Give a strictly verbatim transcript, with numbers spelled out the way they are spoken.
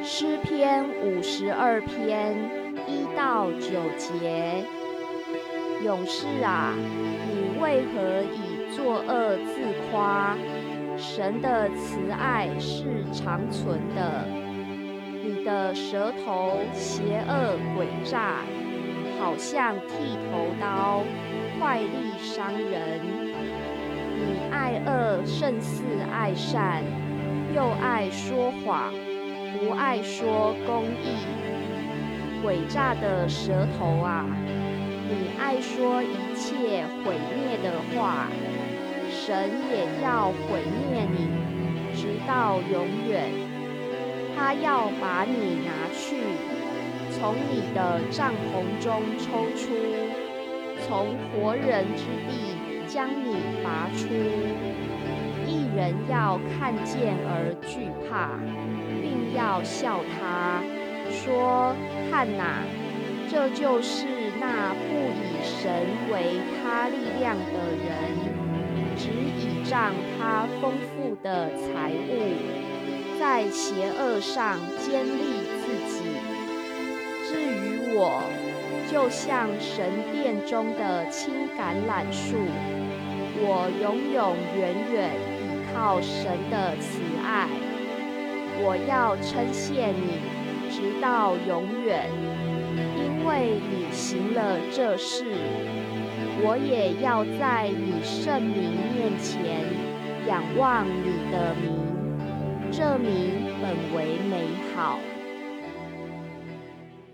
诗篇五十二篇一到九节。勇士啊，你为何以作恶自夸？神的慈爱是长存的。你的舌头邪恶诡诈，好像剃头刀，快利伤人。你爱恶胜似爱善，又爱说谎，不爱说公义。诡诈的舌头啊，你爱说一切毁灭的话，神也要毁灭你，直到永远。他要把你拿去，从你的帐篷中抽出，从活人之地将你拔出。义人要看见而惧怕，并要笑他，说：看哪，这就是那不以神为他力量的人，只倚仗他丰富的财物，在邪恶上坚立自己。至于我，就像神殿中的青橄榄树，我永永远远倚靠神的慈爱。我要称谢你，直到永远，因为你行了这事。我也要在你圣名面前仰望你的名，这名本为美好。